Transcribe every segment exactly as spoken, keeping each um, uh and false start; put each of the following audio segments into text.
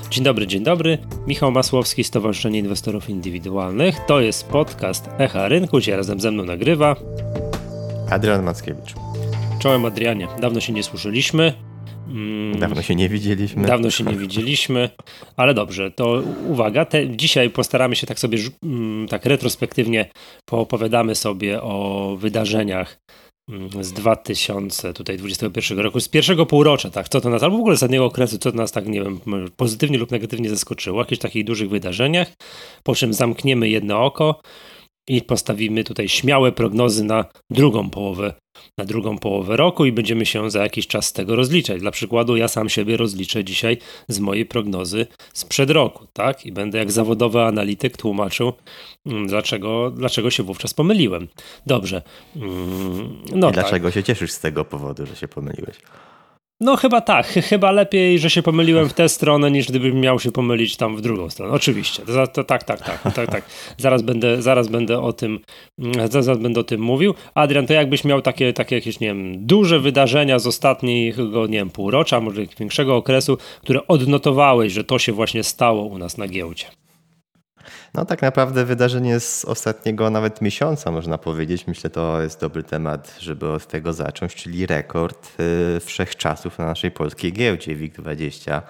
Dzień dobry, dzień dobry. Michał Masłowski, Stowarzyszenie Inwestorów Indywidualnych. To jest podcast Echa Rynku, gdzie razem ze mną nagrywa Adrian Mackiewicz. Czołem Adrianie, dawno się nie słyszeliśmy. Mm, dawno się nie widzieliśmy. Dawno się nie widzieliśmy, ale dobrze, to uwaga, te, dzisiaj postaramy się tak sobie mm, tak retrospektywnie poopowiadamy sobie o wydarzeniach z dwa tysiące dwudziestego pierwszego roku, z pierwszego półrocza, tak, co to nas, albo w ogóle z ostatniego okresu, co to nas tak, nie wiem, pozytywnie lub negatywnie zaskoczyło, jakichś takich dużych wydarzeniach, po czym zamkniemy jedno oko i postawimy tutaj śmiałe prognozy na drugą połowę, na drugą połowę roku i będziemy się za jakiś czas z tego rozliczać. Dla przykładu ja sam siebie rozliczę dzisiaj z mojej prognozy sprzed roku, tak? I będę jak zawodowy analityk tłumaczył, dlaczego, dlaczego się wówczas pomyliłem. Dobrze. No I dlaczego tak. się cieszysz z tego powodu, że się pomyliłeś? No chyba tak, chyba lepiej, że się pomyliłem w tę stronę, niż gdybym miał się pomylić tam w drugą stronę. Oczywiście, to, to, tak, tak, tak, tak, tak. Zaraz będę, zaraz będę o tym, zaraz będę o tym mówił. Adrian, to jakbyś miał takie, takie jakieś, nie wiem, duże wydarzenia z ostatniego, nie wiem, półrocza, może większego okresu, które odnotowałeś, że to się właśnie stało u nas na giełdzie. No tak naprawdę wydarzenie z ostatniego nawet miesiąca można powiedzieć. Myślę, to jest dobry temat, żeby od tego zacząć, czyli rekord wszechczasów na naszej polskiej giełdzie. WIG dwadzieścia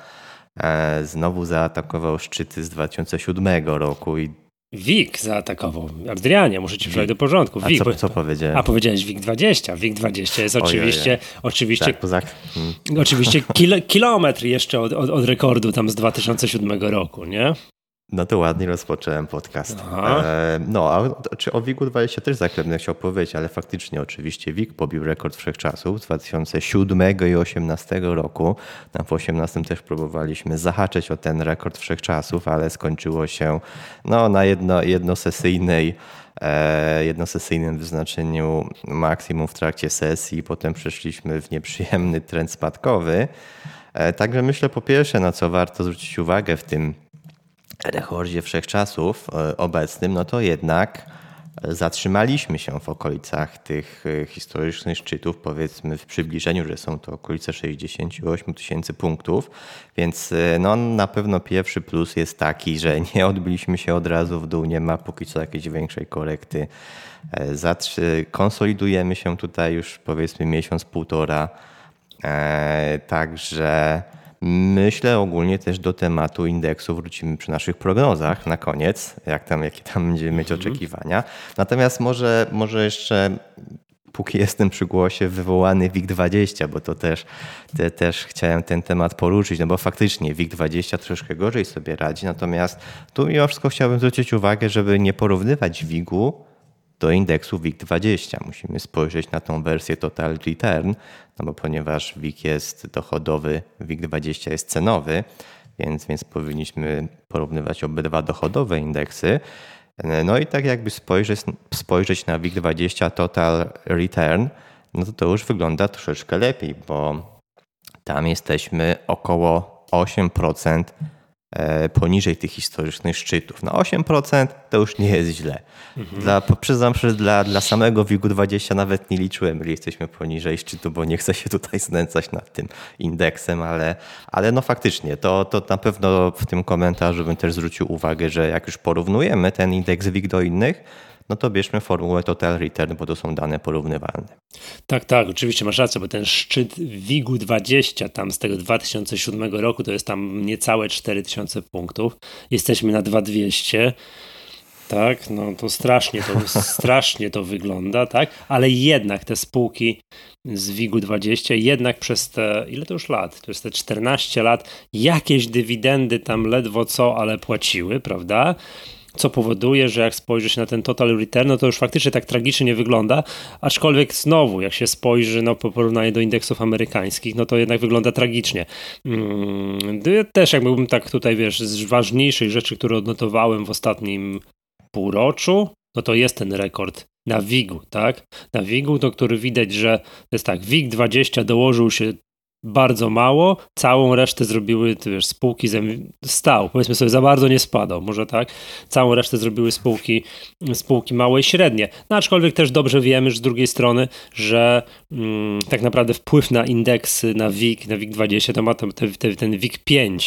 znowu zaatakował szczyty z dwa tysiące siódmego roku. i WIG zaatakował. Adrianie, muszę ci przejść do porządku. WIG, A co, co powiedziałem? A powiedziałeś WIG dwadzieścia. WIG dwadzieścia jest oczywiście, Ojej. oczywiście, tak, poza... hmm. oczywiście kil, kilometr jeszcze od, od, od rekordu tam z dwa tysiące siódmego roku, nie? No to ładnie rozpocząłem podcast. E, no, a czy o WIG-u dwadzieścia też za chwilę będę chciał powiedzieć, ale faktycznie oczywiście WIG pobił rekord wszechczasów z dwa tysiące siódmego i dwa tysiące osiemnastego roku. Tam w osiemnastym też próbowaliśmy zahaczyć o ten rekord wszechczasów, ale skończyło się no, na jedno, jednosesyjnej e, jednosesyjnym wyznaczeniu maksimum w trakcie sesji. Potem przeszliśmy w nieprzyjemny trend spadkowy. E, także myślę po pierwsze, na co warto zwrócić uwagę w tym rekordzie wszechczasów obecnym, no to jednak zatrzymaliśmy się w okolicach tych historycznych szczytów, powiedzmy w przybliżeniu, że są to okolice sześćdziesiąt osiem tysięcy punktów, więc no na pewno pierwszy plus jest taki, że nie odbiliśmy się od razu w dół, nie ma póki co jakiejś większej korekty. Konsolidujemy się tutaj już powiedzmy miesiąc, półtora, także myślę ogólnie też do tematu indeksu wrócimy przy naszych prognozach na koniec, jak tam, jakie tam będziemy mieć oczekiwania. Natomiast może, może jeszcze, póki jestem przy głosie, wywołany WIG dwadzieścia, bo to też, te, też chciałem ten temat poruszyć, no bo faktycznie WIG dwadzieścia troszkę gorzej sobie radzi, natomiast tu mimo wszystko chciałbym zwrócić uwagę, żeby nie porównywać WIG-u do indeksu WIG dwadzieścia. Musimy spojrzeć na tą wersję Total Return, no bo ponieważ WIG jest dochodowy, WIG dwadzieścia jest cenowy, więc, więc powinniśmy porównywać obydwa dochodowe indeksy. No i tak jakby spojrzeć, spojrzeć na WIG dwadzieścia Total Return, no to to już wygląda troszeczkę lepiej, bo tam jesteśmy około osiem procent poniżej tych historycznych szczytów. Na osiem procent to już nie jest źle. Mhm. Dla, przyznam, że dla, dla samego WIG-u dwadzieścia nawet nie liczyłem, że jesteśmy poniżej szczytu, bo nie chcę się tutaj znęcać nad tym indeksem, ale, ale no faktycznie, to, to na pewno w tym komentarzu bym też zwrócił uwagę, że jak już porównujemy ten indeks WIG do innych, no to bierzmy formułę Total Return, bo to są dane porównywalne. Tak, tak, oczywiście masz rację, bo ten szczyt WIG-u dwadzieścia tam z tego dwa tysiące siódmego roku to jest tam niecałe cztery tysiące punktów. Jesteśmy na dwa tysiące dwieście. Tak, no to strasznie to, strasznie to wygląda, tak, ale jednak te spółki z WIG-u dwadzieścia jednak przez te, ile to już lat, to jest te czternaście lat, jakieś dywidendy tam ledwo co, ale płaciły, prawda? Co powoduje, że jak spojrzy się na ten total return, no to już faktycznie tak tragicznie nie wygląda, aczkolwiek znowu, jak się spojrzy no, po porównaniu do indeksów amerykańskich, no to jednak wygląda tragicznie. Hmm, też jakbym tak tutaj, wiesz, z ważniejszych rzeczy, które odnotowałem w ostatnim półroczu, no to jest ten rekord na WIG-u, tak? Na WIG-u, to który widać, że to jest tak, WIG dwadzieścia dołożył się bardzo mało, całą resztę zrobiły, ty wiesz, spółki zem... stał, powiedzmy sobie, za bardzo nie spadał, może tak, całą resztę zrobiły spółki, spółki małe i średnie, no aczkolwiek też dobrze wiemy, że z drugiej strony, że mm, tak naprawdę wpływ na indeksy, na WIG, na WIG dwadzieścia to ma ten, ten, ten WIG pięć,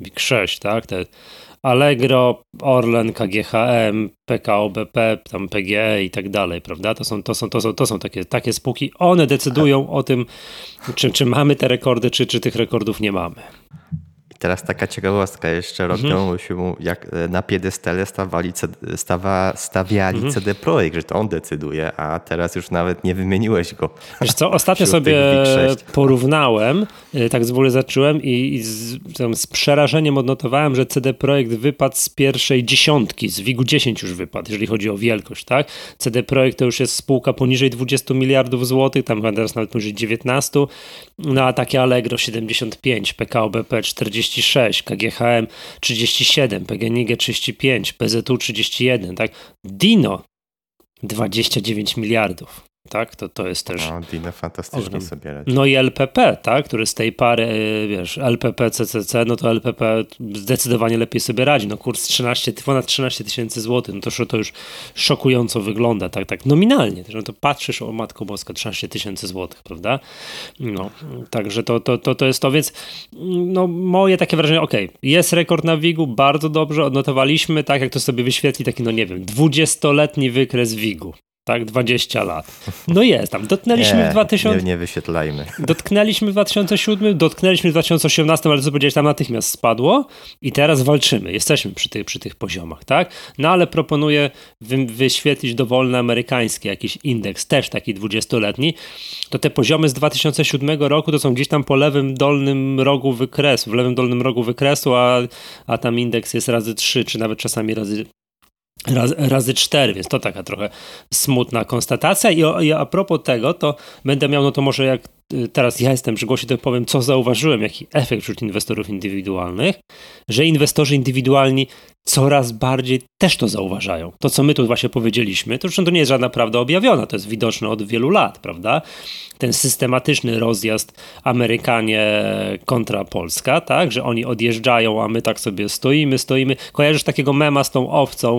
WIG sześć, tak? Te Allegro, Orlen, K G H M, P K O B P, tam P G E i tak dalej, prawda? To są, to są, to są, to są takie, takie spółki. One decydują o tym, czy, czy mamy te rekordy, czy, czy tych rekordów nie mamy. Teraz taka ciekawostka, jeszcze rok Mhm. temu się jak na piedestale stawali, stawa, stawiali Mhm. C D Projekt, że to on decyduje, a teraz już nawet nie wymieniłeś go. Wiesz co, ostatnio Wśród sobie tych WIG sześć. porównałem, y, tak z góry zacząłem i, i z, tam z przerażeniem odnotowałem, że C D Projekt wypadł z pierwszej dziesiątki, z WIG-u dziesięć już wypadł, jeżeli chodzi o wielkość, tak? C D Projekt to już jest spółka poniżej dwudziestu miliardów złotych, tam teraz nawet poniżej dziewiętnastu, no a takie Allegro siedemdziesiąt pięć, P K O B P czterdzieści sześć, K G H M trzydzieści siedem, P G N iG trzydzieści pięć, P Z U trzydzieści jeden, tak? Dino dwadzieścia dziewięć miliardów. Tak, to, to jest też... No, Dino fantastycznie Ogromny. sobie radzi. No i L P P, tak, który z tej pary, wiesz, L P P, C C C, no to L P P zdecydowanie lepiej sobie radzi. No kurs trzynaście, ponad trzynaście tysięcy złotych, no to, to już szokująco wygląda, tak, tak nominalnie. No to patrzysz, o matko boska, trzynaście tysięcy złotych, prawda? No, także to, to, to, to jest to, więc no moje takie wrażenie, okej, okay, jest rekord na WIG-u, bardzo dobrze, odnotowaliśmy, tak jak to sobie wyświetli, taki, no nie wiem, dwudziestoletni wykres WIG-u. Tak, dwadzieścia lat. No jest tam. Dotknęliśmy nie, w dwa tysiące... nie, nie wyświetlajmy. Dotknęliśmy w dwa tysiące siódmym, dotknęliśmy w dwa tysiące osiemnastym, ale co powiedziałeś, tam natychmiast spadło i teraz walczymy. Jesteśmy przy tych, przy tych poziomach, tak? No ale proponuję wy, wyświetlić dowolny amerykański jakiś indeks, też taki dwudziestoletni. To te poziomy z dwa tysiące siódmego roku to są gdzieś tam po lewym dolnym rogu wykresu, w lewym dolnym rogu wykresu, a, a tam indeks jest razy trzy, czy nawet czasami razy Raz, razy cztery, więc to taka trochę smutna konstatacja. I, o, I a propos tego, to będę miał, no to może jak teraz ja jestem przy głosie, to powiem, co zauważyłem, jaki efekt wśród inwestorów indywidualnych, że inwestorzy indywidualni coraz bardziej też to zauważają. To, co my tu właśnie powiedzieliśmy, to zresztą to nie jest żadna prawda objawiona, to jest widoczne od wielu lat, prawda? Ten systematyczny rozjazd Amerykanie kontra Polska, tak? Że oni odjeżdżają, a my tak sobie stoimy, stoimy. Kojarzysz takiego mema z tą owcą,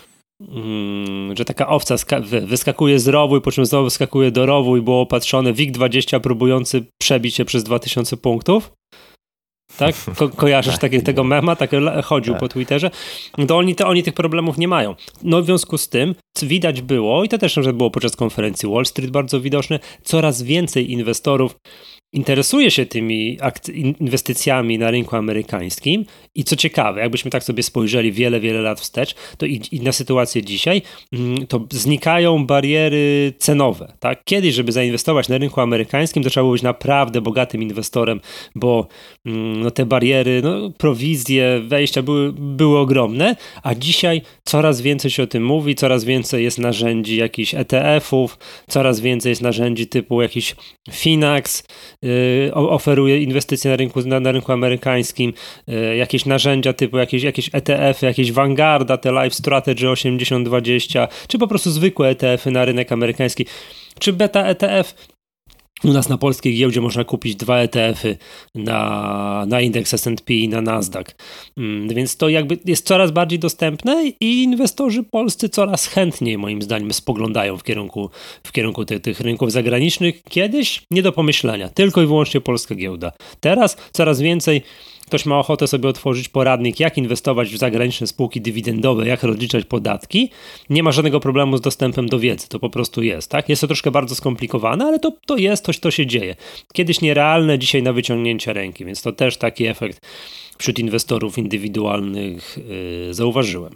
Hmm, że taka owca ska- wyskakuje z rowu i po czym znowu wyskakuje do rowu i było opatrzone WIG dwadzieścia próbujący przebić się przez dwa tysiące punktów. Tak? Ko- kojarzysz takie, tego mema? Tak chodził po Twitterze. To oni, to oni tych problemów nie mają. No w związku z tym widać było, i to też że było podczas konferencji Wall Street bardzo widoczne, coraz więcej inwestorów interesuje się tymi akc- inwestycjami na rynku amerykańskim i co ciekawe, jakbyśmy tak sobie spojrzeli wiele, wiele lat wstecz, to i, i na sytuację dzisiaj, to znikają bariery cenowe. Tak? Kiedyś, żeby zainwestować na rynku amerykańskim, to trzeba było być naprawdę bogatym inwestorem, bo no, te bariery, no, prowizje, wejścia były, były ogromne, a dzisiaj coraz więcej się o tym mówi, coraz więcej jest narzędzi jakichś E T F-ów, coraz więcej jest narzędzi typu jakiś Finax, Yy, oferuje inwestycje na rynku, na, na rynku amerykańskim, yy, jakieś narzędzia typu jakieś, jakieś E T F-y, jakieś Vanguarda, te Life Strategy osiemdziesiąt dwadzieścia, czy po prostu zwykłe E T F-y na rynek amerykański, czy beta E T F. U nas na polskiej giełdzie można kupić dwa E T F-y na, na indeks S and P i na Nasdaq. Mm, więc to jakby jest coraz bardziej dostępne i inwestorzy polscy coraz chętniej moim zdaniem spoglądają w kierunku, w kierunku tych, tych rynków zagranicznych. Kiedyś nie do pomyślenia, tylko i wyłącznie polska giełda. Teraz coraz więcej ktoś ma ochotę sobie otworzyć poradnik, jak inwestować w zagraniczne spółki dywidendowe, jak rozliczać podatki. Nie ma żadnego problemu z dostępem do wiedzy, to po prostu jest. Tak? Jest to troszkę bardzo skomplikowane, ale to, to jest, to, to się dzieje. Kiedyś nierealne, dzisiaj na wyciągnięcie ręki, więc to też taki efekt wśród inwestorów indywidualnych yy, zauważyłem.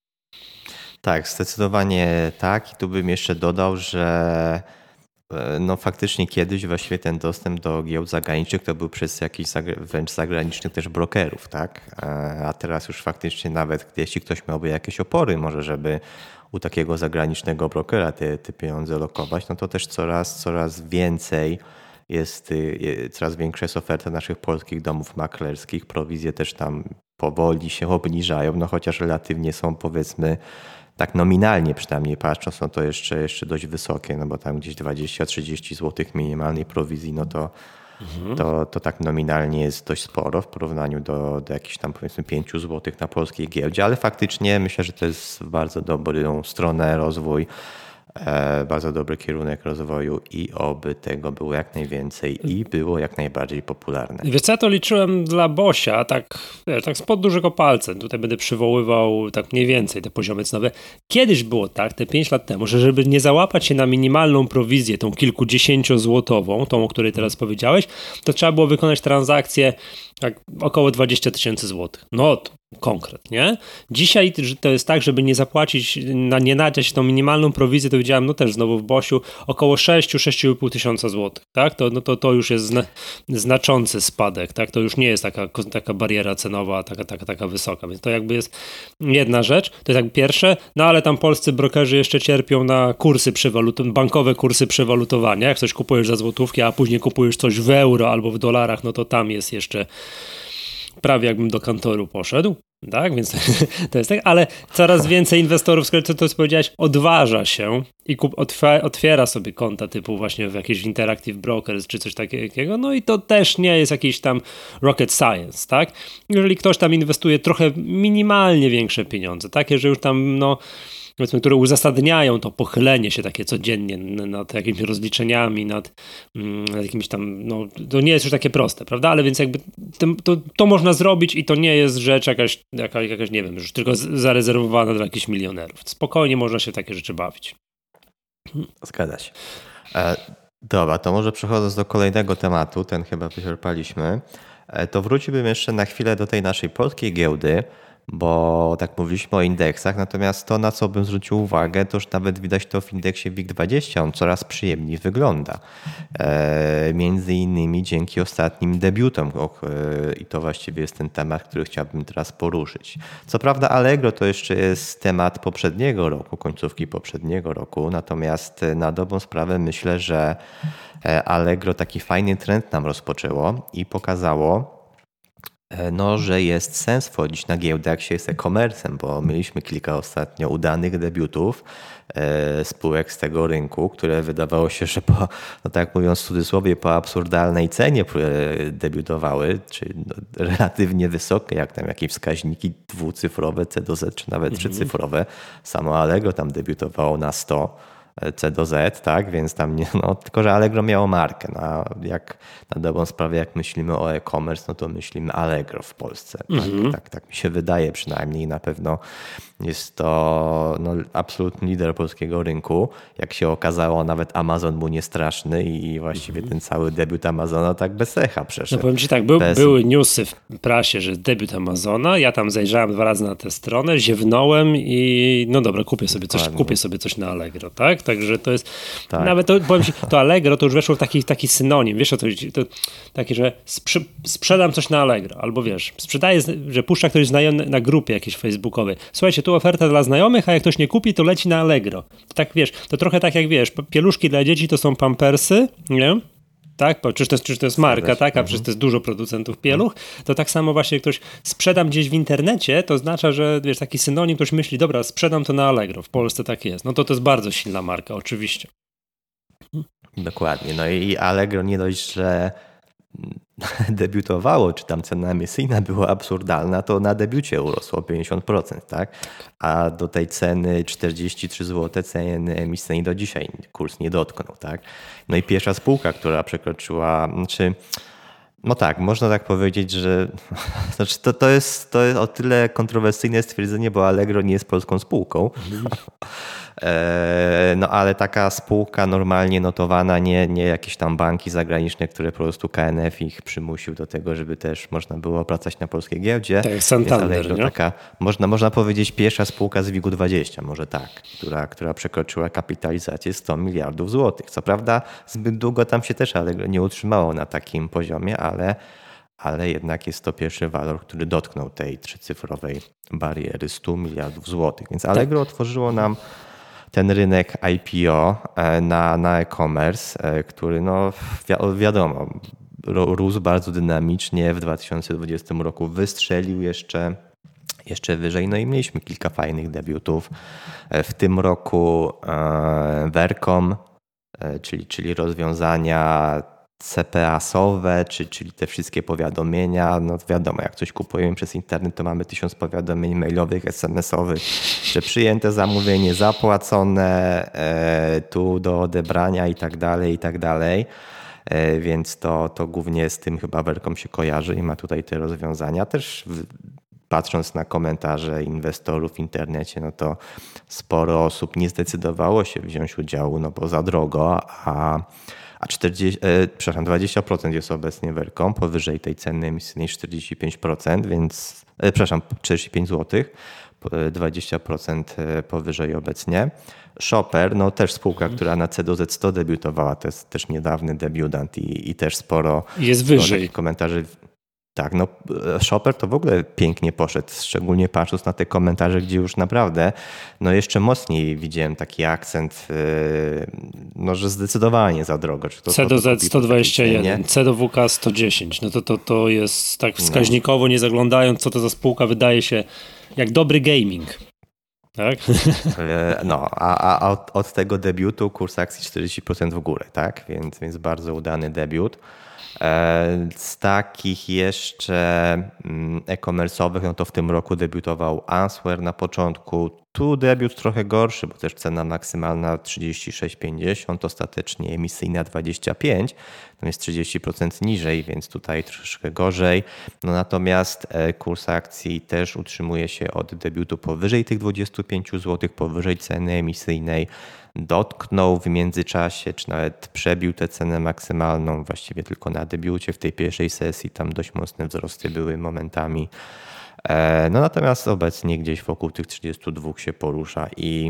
Tak, zdecydowanie tak. I tu bym jeszcze dodał, że no faktycznie kiedyś właściwie ten dostęp do giełd zagranicznych to był przez jakichś wręcz zagranicznych też brokerów, tak? A teraz już faktycznie nawet jeśli ktoś miałby jakieś opory może, żeby u takiego zagranicznego brokera te, te pieniądze lokować, no to też coraz, coraz więcej jest, coraz większa jest oferta naszych polskich domów maklerskich. Prowizje też tam powoli się obniżają, no chociaż relatywnie są powiedzmy tak nominalnie przynajmniej patrząc, są to jeszcze, jeszcze dość wysokie, no bo tam gdzieś dwadzieścia trzydzieści złotych minimalnej prowizji, no to, mhm. to, to tak nominalnie jest dość sporo w porównaniu do, do jakichś tam powiedzmy pięć złotych na polskiej giełdzie, ale faktycznie myślę, że to jest w bardzo dobrą stronę rozwój bardzo dobry kierunek rozwoju i oby tego było jak najwięcej i było jak najbardziej popularne. Wiesz co, ja to liczyłem dla Bosia, tak, wiesz, tak spod dużego palca. Tutaj będę przywoływał tak mniej więcej te poziomy cenowe. Kiedyś było tak, te pięć lat temu, że żeby nie załapać się na minimalną prowizję, tą kilkudziesięciozłotową, tą, o której teraz powiedziałeś, to trzeba było wykonać transakcję tak około dwadzieścia tysięcy złotych. No to konkret, nie? Dzisiaj to jest tak, żeby nie zapłacić, na, nie nadziać tą minimalną prowizję, to widziałem, no też znowu w Bosiu, około sześć do sześciu i pół tysiąca złotych, tak? To, no to, to już jest zna, znaczący spadek, tak? To już nie jest taka, taka bariera cenowa, taka, taka, taka wysoka, więc to jakby jest jedna rzecz, to jest jakby pierwsze, no ale tam polscy brokerzy jeszcze cierpią na kursy przewalutowania, bankowe kursy przewalutowania, jak coś kupujesz za złotówki, a później kupujesz coś w euro albo w dolarach, no to tam jest jeszcze prawie jakbym do kantoru poszedł, tak, więc to jest tak, ale coraz więcej inwestorów, to, to co powiedziałeś, odważa się i kup, otwiera sobie konta typu właśnie w jakieś Interactive Brokers czy coś takiego, no i to też nie jest jakiś tam rocket science, tak, jeżeli ktoś tam inwestuje trochę minimalnie większe pieniądze, takie, że już tam, no powiedzmy, które uzasadniają to pochylenie się takie codziennie nad jakimiś rozliczeniami, nad, nad jakimiś tam, no to nie jest już takie proste, prawda, ale więc jakby to, to, to można zrobić i to nie jest rzecz jakaś, jakaś, jakaś nie wiem, już tylko zarezerwowana dla jakichś milionerów. Spokojnie można się w takie rzeczy bawić. Zgadza się. E, dobra, to może przechodząc do kolejnego tematu, ten chyba wyczerpaliśmy, e, to wróciłbym jeszcze na chwilę do tej naszej polskiej giełdy, bo tak mówiliśmy o indeksach, natomiast to, na co bym zwrócił uwagę, to już nawet widać to w indeksie WIG dwadzieścia, on coraz przyjemniej wygląda. E, między innymi dzięki ostatnim debiutom e, i to właściwie jest ten temat, który chciałbym teraz poruszyć. Co prawda Allegro to jeszcze jest temat poprzedniego roku, końcówki poprzedniego roku, natomiast na dobrą sprawę myślę, że Allegro taki fajny trend nam rozpoczęło i pokazało, no, że jest sens wchodzić na giełdę, jak się jest e-commerce'em, bo mieliśmy kilka ostatnio udanych debiutów e, spółek z tego rynku, które wydawało się, że po, no tak mówiąc w cudzysłowie, po absurdalnej cenie debiutowały, czy no, relatywnie wysokie, jak tam jakieś wskaźniki dwucyfrowe, C do Z, czy nawet trzycyfrowe. Samo Allegro tam debiutowało na sto. C do Z, tak, więc tam nie, no, tylko że Allegro miało markę. No, jak na dobrą sprawę, jak myślimy o e-commerce, no to myślimy Allegro w Polsce. Tak, mm-hmm. tak, tak mi się wydaje przynajmniej. Na pewno jest to no, absolutny lider polskiego rynku. Jak się okazało, nawet Amazon mu nie straszny i właściwie mm-hmm. ten cały debiut Amazona tak bez echa przeszedł. No powiem ci tak, był, bez... były newsy w prasie, że debiut Amazona, ja tam zajrzałem dwa razy na tę stronę, ziewnąłem i no dobra, kupię sobie coś, kupię sobie coś na Allegro, tak? Także to jest, tak. Nawet to, powiem ci, to Allegro to już weszło w taki, taki synonim, wiesz o co chodzi, to takie, że sprzy, sprzedam coś na Allegro, albo wiesz, sprzedaję, że puszcza ktoś znajomy na grupie jakiejś facebookowej, słuchajcie, tu oferta dla znajomych, a jak ktoś nie kupi, to leci na Allegro. To tak wiesz, to trochę tak jak wiesz, pieluszki dla dzieci to są pampersy, nie? Tak, bo czyż to, jest, czyż to jest marka, tak, a przecież to jest dużo producentów pieluch, to tak samo właśnie jak ktoś sprzedam gdzieś w internecie, to oznacza, że wiesz, taki synonim, ktoś myśli, dobra, sprzedam to na Allegro, w Polsce tak jest. No to to jest bardzo silna marka, oczywiście. Dokładnie, no i Allegro nie dość, że debiutowało, czy tam cena emisyjna była absurdalna, to na debiucie urosło pięćdziesiąt procent, tak? A do tej ceny czterdzieści trzy złote ceny emisyjnej do dzisiaj kurs nie dotknął, tak? No i pierwsza spółka, która przekroczyła, znaczy, no tak, można tak powiedzieć, że znaczy to, to, jest, to jest o tyle kontrowersyjne stwierdzenie, bo Allegro nie jest polską spółką. No ale taka spółka normalnie notowana, nie, nie jakieś tam banki zagraniczne, które po prostu K N F ich przymusił do tego, żeby też można było opracać na polskiej giełdzie. Tak jak Santander, nie? Taka, można, można powiedzieć pierwsza spółka z WIG-u dwadzieścia, może tak, która, która przekroczyła kapitalizację sto miliardów złotych. Co prawda zbyt długo tam się też Allegro nie utrzymało na takim poziomie, ale ale jednak jest to pierwszy walor, który dotknął tej trzycyfrowej bariery stu miliardów złotych. Więc Allegro otworzyło nam ten rynek I P O na, na e-commerce, który no wi- wiadomo, rósł bardzo dynamicznie. W dwa tysiące dwudziestym roku wystrzelił jeszcze, jeszcze wyżej. No i mieliśmy kilka fajnych debiutów. W tym roku Vercom, czyli, czyli rozwiązania C P A-sowe, czy, czyli te wszystkie powiadomienia. No wiadomo, jak coś kupujemy przez internet, to mamy tysiąc powiadomień mailowych, es em esowych, że przyjęte zamówienie, zapłacone, e, tu do odebrania i tak dalej, i tak dalej. E, więc to, to głównie z tym chyba Welcome się kojarzy i ma tutaj te rozwiązania. Też w, patrząc na komentarze inwestorów w internecie, no to sporo osób nie zdecydowało się wziąć udziału, no bo za drogo, a A czterdzieści, e, przepraszam, dwadzieścia procent jest obecnie Welcome, powyżej tej ceny emisyjnej czterdzieści pięć procent, więc, e, przepraszam, czterdzieści pięć złotych, dwadzieścia procent powyżej obecnie. Shopper, no też spółka, hmm. która na C D Z sto debiutowała, to jest też niedawny debiutant i, i też sporo, jest sporo wyżej. komentarzy. Tak, no Shopper to w ogóle pięknie poszedł, szczególnie patrząc na te komentarze, gdzie już naprawdę no jeszcze mocniej widziałem taki akcent, no że zdecydowanie za drogo. Czy to, C D Z to, sto dwadzieścia jeden, C D W K sto dziesięć, no to, to, to jest tak wskaźnikowo, nie zaglądając, co to za spółka, wydaje się jak dobry gaming. Tak? No, a, a od, od tego debiutu kurs akcji czterdzieści procent w górę, tak? Więc, więc bardzo udany debiut. Z takich jeszcze e-commerce'owych, no to w tym roku debiutował Answer na początku. Tu debiut trochę gorszy, bo też cena maksymalna trzydzieści sześć pięćdziesiąt, ostatecznie emisyjna dwadzieścia pięć, to jest trzydzieści procent niżej, więc tutaj troszkę gorzej. No natomiast kurs akcji też utrzymuje się od debiutu powyżej tych dwadzieścia pięć złotych, powyżej ceny emisyjnej. Dotknął w międzyczasie, czy nawet przebił tę cenę maksymalną, właściwie tylko na debiucie w tej pierwszej sesji, tam dość mocne wzrosty były momentami. No natomiast obecnie gdzieś wokół tych trzydziestu dwóch się porusza i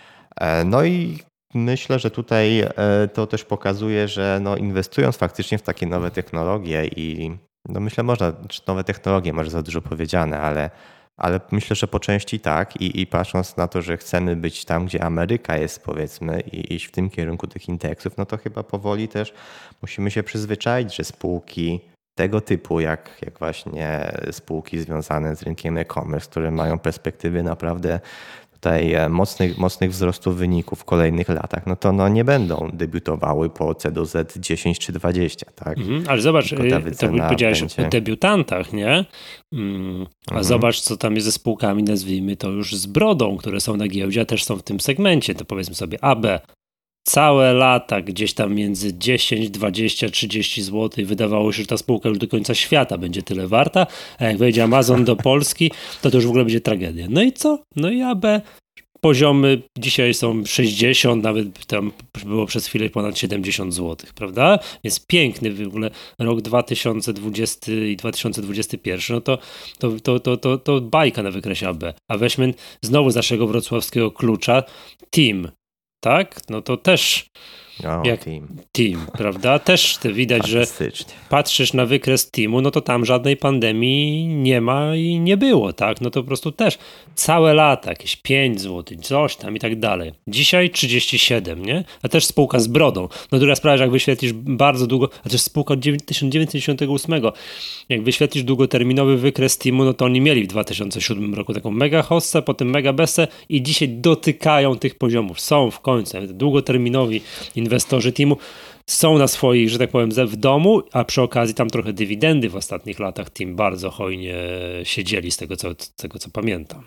no i myślę, że tutaj to też pokazuje, że no inwestując faktycznie w takie nowe technologie i no myślę można, czy nowe technologie może za dużo powiedziane, ale Ale myślę, że po części tak i, i patrząc na to, że chcemy być tam, gdzie Ameryka jest powiedzmy i iść w tym kierunku tych indeksów, no to chyba powoli też musimy się przyzwyczaić, że spółki tego typu, jak, jak właśnie spółki związane z rynkiem e-commerce, które mają perspektywy naprawdę tutaj mocnych, mocnych wzrostów wyników w kolejnych latach, no to no nie będą debiutowały po C D Z dziesięć czy dwadzieścia, tak? Mhm, ale zobacz, to powiedziałeś będzie... o debiutantach, nie? Mm, a mhm. zobacz, co tam jest ze spółkami, nazwijmy to już z brodą, które są na giełdzie, a też są w tym segmencie, to powiedzmy sobie A B. Całe lata gdzieś tam między dziesięć, dwadzieścia, trzydzieści złotych wydawało się, że ta spółka już do końca świata będzie tyle warta, a jak wejdzie Amazon do Polski, to to już w ogóle będzie tragedia. No i co? No i A B poziomy dzisiaj są sześćdziesiąt, nawet tam było przez chwilę ponad siedemdziesiąt złotych, prawda? Jest piękny w ogóle rok dwa tysiące dwudziesty i dwa tysiące dwudziesty pierwszy, no to, to, to, to, to, to bajka na wykresie A B. A weźmy znowu z naszego wrocławskiego klucza Team. Tak? No to też o, jak team. team, prawda? Też te widać, że patrzysz na wykres Teamu, no to tam żadnej pandemii nie ma i nie było, tak? No to po prostu też całe lata, jakieś pięć złotych, coś tam i tak dalej. Dzisiaj trzydzieści siedem, nie? A też spółka z brodą. No druga sprawa, że jak wyświetlisz bardzo długo, a też spółka od tysiąc dziewięćset dziewięćdziesiątego ósmego, jak wyświetlisz długoterminowy wykres Teamu, no to oni mieli w dwa tysiące siódmym roku taką mega hossę, potem mega besę i dzisiaj dotykają tych poziomów. Są w końcu długoterminowi inwestorzy Teamu są na swoich, że tak powiem, w domu, a przy okazji tam trochę dywidendy w ostatnich latach Team bardzo hojnie siedzieli z tego, co, z tego, co pamiętam.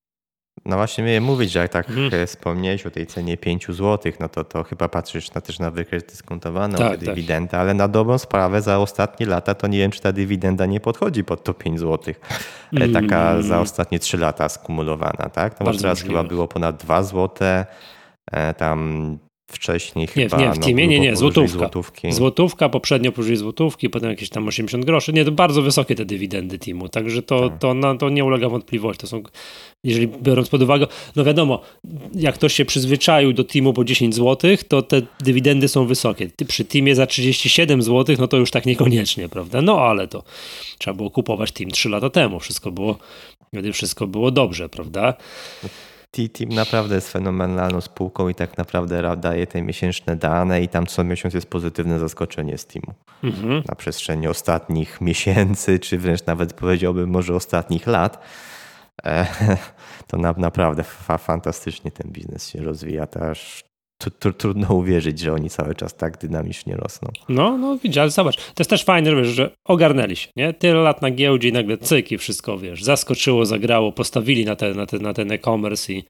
No właśnie miałem mówić, że jak tak hmm. wspomniałeś o tej cenie pięć złotych, no to, to chyba patrzysz na, też na wykres dyskontowany, tak, o tę dywidendę, tak. Ale na dobrą sprawę za ostatnie lata to nie wiem, czy ta dywidenda nie podchodzi pod to pięć złotych. Mm. Taka za ostatnie trzy lata skumulowana, tak? No bo teraz chyba było ponad dwa złote, tam wcześniej nie, chyba... Nie, w Teamie, no, nie, nie, złotówka. Złotówki. Złotówka, poprzednio powyżej złotówki, potem jakieś tam osiemdziesiąt groszy. Nie, to bardzo wysokie te dywidendy Teamu, także to, tak. to, no, to nie ulega wątpliwości. To są, jeżeli biorąc pod uwagę, no wiadomo, jak ktoś się przyzwyczaił do Teamu po dziesięć złotych, to te dywidendy są wysokie. Przy Teamie za trzydzieści siedem złotych, no to już tak niekoniecznie, prawda? No ale to trzeba było kupować Team trzy lata temu. Wszystko było, wtedy wszystko było dobrze, prawda? Team naprawdę jest fenomenalną spółką i tak naprawdę daje te miesięczne dane i tam co miesiąc jest pozytywne zaskoczenie z Teamu. Mhm. Na przestrzeni ostatnich miesięcy, czy wręcz nawet powiedziałbym może ostatnich lat, to na, naprawdę fa- fantastycznie ten biznes się rozwija. To aż trudno uwierzyć, że oni cały czas tak dynamicznie rosną. No, no widzisz, ale zobacz, to jest też fajne, że, wiesz, że ogarnęli się, nie? Tyle lat na giełdzie i nagle cyk i wszystko, wiesz, zaskoczyło, zagrało, postawili na, te, na, te, na ten e-commerce i,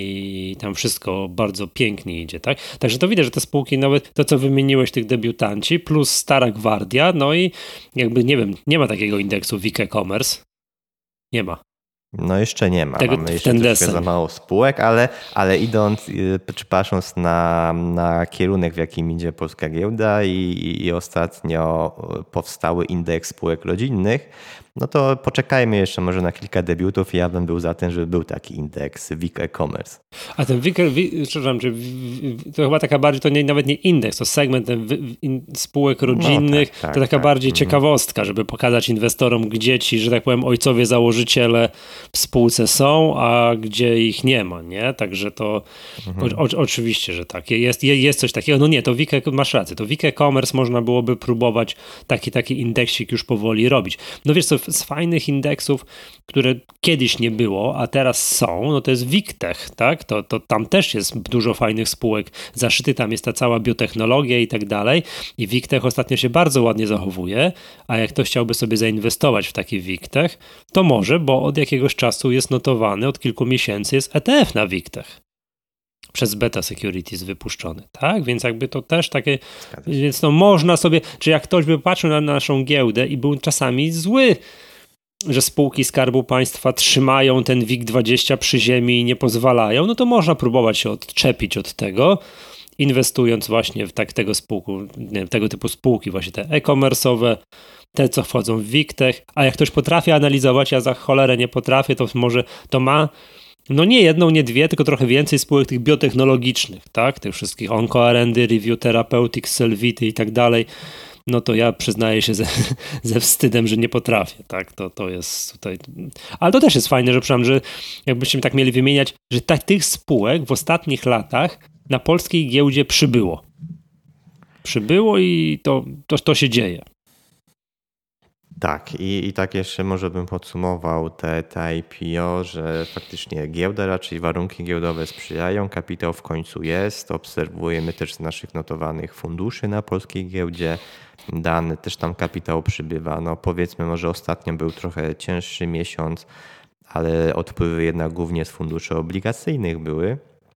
i tam wszystko bardzo pięknie idzie, tak? Także to widać, że te spółki, nawet to, co wymieniłeś, tych debiutanci, plus stara gwardia, no i jakby, nie wiem, nie ma takiego indeksu W I K e-commerce. Nie ma. No jeszcze nie ma, Tego, mamy jeszcze troszkę za mało spółek, ale, ale idąc, czy patrząc na, na kierunek, w jakim idzie polska giełda i, i ostatnio powstały indeks spółek rodzinnych, no to poczekajmy jeszcze może na kilka debiutów i ja bym był za tym, żeby był taki indeks W I K e-commerce. A ten W I K, przepraszam, to chyba taka bardziej, to nie, nawet nie indeks, to segment ten spółek rodzinnych, no, tak, tak, to taka tak, bardziej tak. ciekawostka, żeby pokazać inwestorom, gdzie ci, że tak powiem, ojcowie założyciele w spółce są, a gdzie ich nie ma, nie? Także to mhm. o, o, oczywiście, że tak. Jest, jest coś takiego. No nie, to W I K, masz rację, to W I K e-commerce można byłoby próbować taki, taki indeksik już powoli robić. No wiesz co, z fajnych indeksów, które kiedyś nie było, a teraz są, no to jest WIGTech, tak? To, to tam też jest dużo fajnych spółek zaszyty, tam jest ta cała biotechnologia i tak dalej i WIGTech ostatnio się bardzo ładnie zachowuje, a jak ktoś chciałby sobie zainwestować w taki WIGTech, to może, bo od jakiegoś czasu jest notowany, od kilku miesięcy jest E T F na WIGTech. Przez Beta Securities wypuszczony, tak? Więc jakby to też takie, więc no można sobie, czy jak ktoś by patrzył na naszą giełdę i był czasami zły, że spółki Skarbu Państwa trzymają ten W I G dwadzieścia przy ziemi i nie pozwalają, no to można próbować się odczepić od tego, inwestując właśnie w tak, tego, spółku, nie, tego typu spółki, właśnie te e-commerce'owe, te, co wchodzą w WIGTech, a jak ktoś potrafi analizować, ja za cholerę nie potrafię, to może to ma no nie jedną, nie dwie, tylko trochę więcej spółek tych biotechnologicznych, tak? Tych wszystkich OncoRND, Review Therapeutics, Cellvity i tak dalej. No to ja przyznaję się ze, ze wstydem, że nie potrafię, tak? To, to jest tutaj... Ale to też jest fajne, że przynajmniej, że jakbyśmy tak mieli wymieniać, że tak, tych spółek w ostatnich latach na polskiej giełdzie przybyło. Przybyło i to, to, to się dzieje. Tak, i, i tak jeszcze może bym podsumował te, te I P O, że faktycznie giełda, raczej warunki giełdowe sprzyjają, kapitał w końcu jest, obserwujemy też z naszych notowanych funduszy na polskiej giełdzie, dane też tam kapitał przybywa. No powiedzmy, może ostatnio był trochę cięższy miesiąc, ale odpływy jednak głównie z funduszy obligacyjnych były,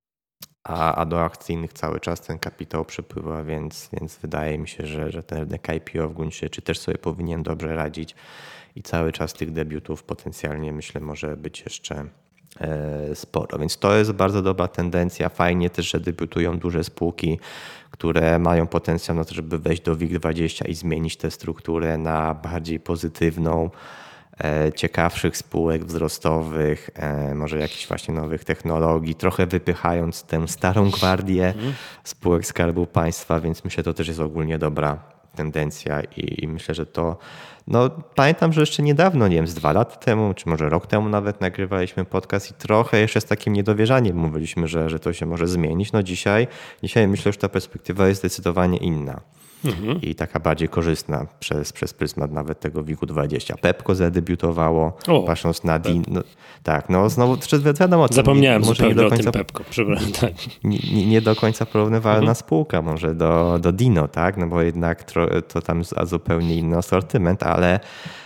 a, a do akcyjnych cały czas ten kapitał przepływa, więc, więc wydaje mi się, że, że ten rynek I P O w gruncie czy też sobie powinien dobrze radzić i cały czas tych debiutów potencjalnie myślę może być jeszcze e, sporo. Więc to jest bardzo dobra tendencja. Fajnie też, że debiutują duże spółki, które mają potencjał na to, żeby wejść do W I G dwadzieścia i zmienić tę strukturę na bardziej pozytywną, ciekawszych spółek wzrostowych, może jakichś właśnie nowych technologii, trochę wypychając tę starą gwardię mhm. spółek Skarbu Państwa, więc myślę, że to też jest ogólnie dobra tendencja i, i myślę, że to, no pamiętam, że jeszcze niedawno, nie wiem, z dwa lata temu, czy może rok temu nawet nagrywaliśmy podcast i trochę jeszcze z takim niedowierzaniem mówiliśmy, że, że to się może zmienić. No dzisiaj, dzisiaj myślę, że ta perspektywa jest zdecydowanie inna. Mhm. I taka bardziej korzystna przez, przez pryzmat nawet tego W I G dwadzieścia. Pepco zadebiutowało, o, patrząc na D I N. No, tak, no znowu wiadomo. Zapomniałem może zupełnie nie do końca, o tym Pepco. Przepraszam, tak. nie, nie, nie do końca porównywalna mhm. spółka może do, do Dino, tak? No bo jednak to, to tam zupełnie inny asortyment, ale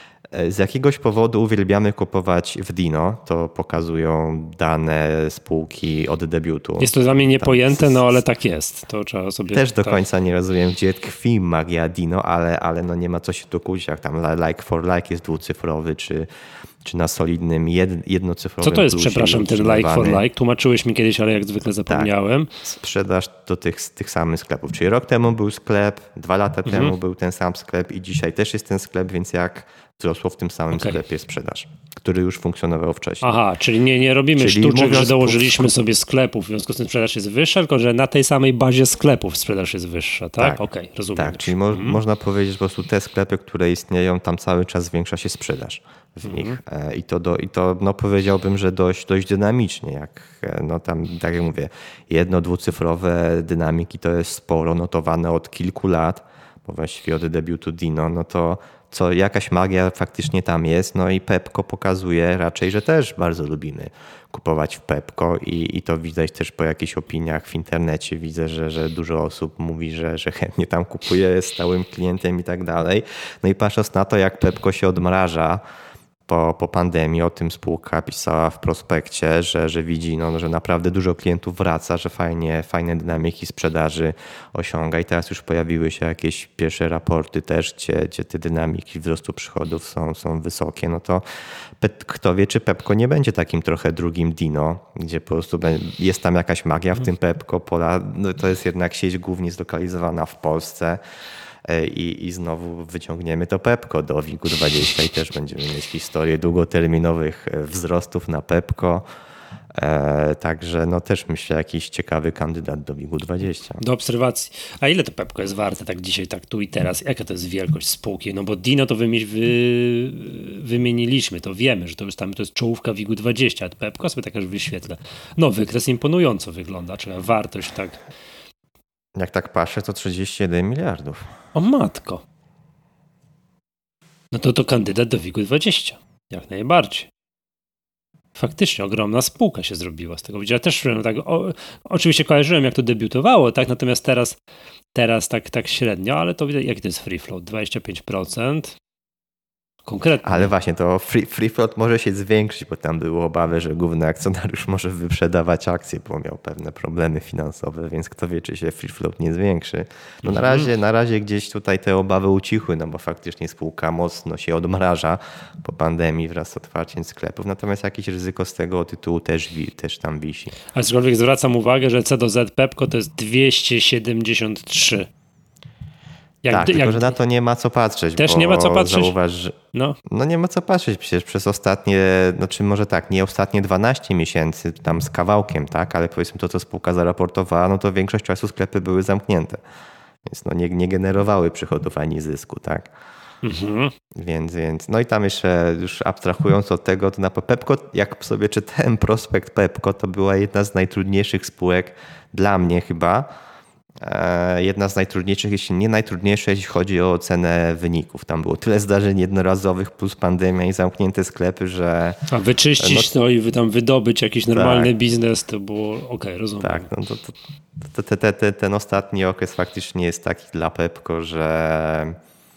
z jakiegoś powodu uwielbiamy kupować w Dino, to pokazują dane spółki od debiutu. Jest to dla mnie niepojęte, no ale tak jest. To trzeba sobie... Też do tak. końca nie rozumiem, gdzie tkwi magia Dino, ale, ale no nie ma co się tu kłócić, jak tam like for like jest dwucyfrowy, czy, czy na solidnym jed, jednocyfrowym. Co to jest, przepraszam, ten like for like? Tłumaczyłeś mi kiedyś, ale jak zwykle zapomniałem. Tak. Sprzedaż do tych, tych samych sklepów. Czyli rok temu był sklep, dwa lata mhm. temu był ten sam sklep i dzisiaj też jest ten sklep, więc jak wzrosło w tym samym okay. sklepie sprzedaż, który już funkcjonował wcześniej. Aha, czyli nie, nie robimy czyli sztuczek, że dołożyliśmy sobie sklepów, w związku z tym sprzedaż jest wyższa, tylko że na tej samej bazie sklepów sprzedaż jest wyższa, tak? tak Okej, okay, rozumiem. Tak, czyli mo- mhm. można powiedzieć, że po prostu te sklepy, które istnieją, tam cały czas zwiększa się sprzedaż w mhm. nich. I to, do, i to no powiedziałbym, że dość, dość dynamicznie, jak no tam, tak jak mówię, jedno, dwucyfrowe dynamiki to jest sporo, notowane od kilku lat, bo właściwie od debiutu Dino, no to co jakaś magia faktycznie tam jest. No i Pepco pokazuje raczej, że też bardzo lubimy kupować w Pepco i, i to widać też po jakichś opiniach w internecie. Widzę, że, że dużo osób mówi, że, że chętnie tam kupuje, jest stałym klientem i tak dalej. No i patrząc na to, jak Pepco się odmraża po, po pandemii, o tym spółka pisała w prospekcie, że, że widzi, no, że naprawdę dużo klientów wraca, że fajnie, fajne dynamiki sprzedaży osiąga i teraz już pojawiły się jakieś pierwsze raporty też, gdzie, gdzie te dynamiki wzrostu przychodów są, są wysokie, no to kto wie, czy Pepco nie będzie takim trochę drugim Dino, gdzie po prostu jest tam jakaś magia w tym Pepco, pola, no to jest jednak sieć głównie zlokalizowana w Polsce. I, I znowu wyciągniemy to Pepco do WIG-u dwadzieścia i też będziemy mieć historię długoterminowych wzrostów na Pepco. E, także no też myślę jakiś ciekawy kandydat do WIG-u dwadzieścia. Do obserwacji. A ile to Pepco jest warte tak dzisiaj, tak tu i teraz? Jaka to jest wielkość spółki? No bo Dino to wymi- wy- wymieniliśmy, to wiemy, że to już tam to jest czołówka WIG-u dwadzieścia, a Pepco sobie tak aż wyświetlę. No wykres imponująco wygląda, czyli wartość tak... Jak tak patrzę, to trzydzieści jeden miliardów. O matko. No to to kandydat do WIG-u dwadzieścia. Jak najbardziej. Faktycznie ogromna spółka się zrobiła z tego. Ja też no tak, o, oczywiście kojarzyłem, jak to debiutowało, tak, natomiast teraz, teraz tak, tak średnio, ale to widać, jaki to jest free float? dwadzieścia pięć procent. Konkretnie. Ale właśnie to free, free float może się zwiększyć, bo tam były obawy, że główny akcjonariusz może wyprzedawać akcje, bo miał pewne problemy finansowe, więc kto wie, czy się free float nie zwiększy. No na razie, na razie gdzieś tutaj te obawy ucichły, no bo faktycznie spółka mocno się odmraża po pandemii wraz z otwarciem sklepów, natomiast jakieś ryzyko z tego tytułu też, też tam wisi. A aczkolwiek zwracam uwagę, że C do Z Pepco to jest dwieście siedemdziesiąt trzy. Jak, tak, jak, tylko że na to nie ma co patrzeć. Też nie ma co patrzeć? Zauważ, że, no. no nie ma co patrzeć przecież przez ostatnie, znaczy może tak, nie ostatnie dwanaście miesięcy tam z kawałkiem, tak, ale powiedzmy to, co spółka zaraportowała, no to większość czasu sklepy były zamknięte. Więc no nie, nie generowały przychodów ani zysku, tak. Mhm. Więc, więc, no i tam jeszcze już abstrahując od tego, to na Pepco, jak sobie czytałem prospekt Pepco, to była jedna z najtrudniejszych spółek dla mnie chyba. Jedna z najtrudniejszych, jeśli nie najtrudniejsza, jeśli chodzi o ocenę wyników. Tam było tyle zdarzeń jednorazowych plus pandemia i zamknięte sklepy, że... A wyczyścić no, to i wy tam wydobyć jakiś normalny tak. biznes, to było okej, okay, rozumiem. Tak, no to, to, to, to, te, te, ten ostatni okres faktycznie jest taki dla Pepco, że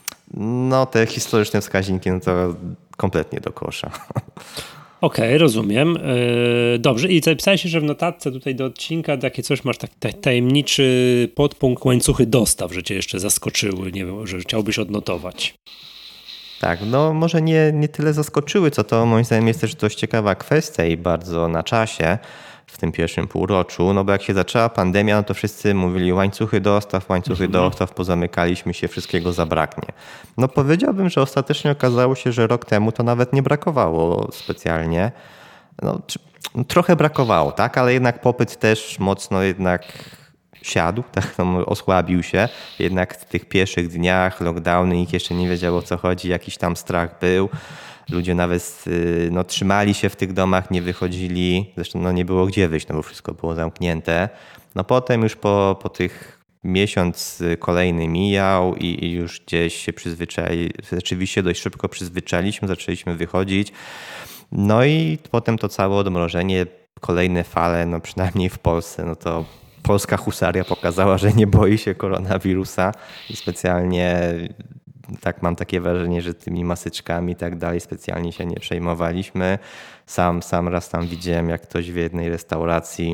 no te historyczne wskaźniki no to kompletnie do kosza. Okej, okay, rozumiem. Yy, dobrze. I zapisałeś się, że w notatce tutaj do odcinka takie coś masz, tak, tak tajemniczy podpunkt łańcuchy dostaw, że cię jeszcze zaskoczyły, nie wiem, że chciałbyś odnotować. Tak, no może nie, nie tyle zaskoczyły, co to moim zdaniem jest też dość ciekawa kwestia i bardzo na czasie w tym pierwszym półroczu, no bo jak się zaczęła pandemia, no to wszyscy mówili łańcuchy dostaw, łańcuchy mhm. dostaw, pozamykaliśmy się, wszystkiego zabraknie. No powiedziałbym, że ostatecznie okazało się, że rok temu to nawet nie brakowało specjalnie. No, trochę brakowało, tak, ale jednak popyt też mocno jednak siadł, tak, no, osłabił się. Jednak w tych pierwszych dniach lockdowny nikt jeszcze nie wiedział, o co chodzi, jakiś tam strach był. Ludzie nawet no, trzymali się w tych domach, nie wychodzili. Zresztą no, nie było gdzie wyjść, no bo wszystko było zamknięte. No potem już po, po tych miesiąc kolejny mijał i, i już gdzieś się przyzwyczai, rzeczywiście dość szybko przyzwyczailiśmy, zaczęliśmy wychodzić. No i potem to całe odmrożenie, kolejne fale, no przynajmniej w Polsce, no to polska husaria pokazała, że nie boi się koronawirusa i specjalnie... Tak, mam takie wrażenie, że tymi maseczkami i tak dalej specjalnie się nie przejmowaliśmy. Sam, sam raz tam widziałem, jak ktoś w jednej restauracji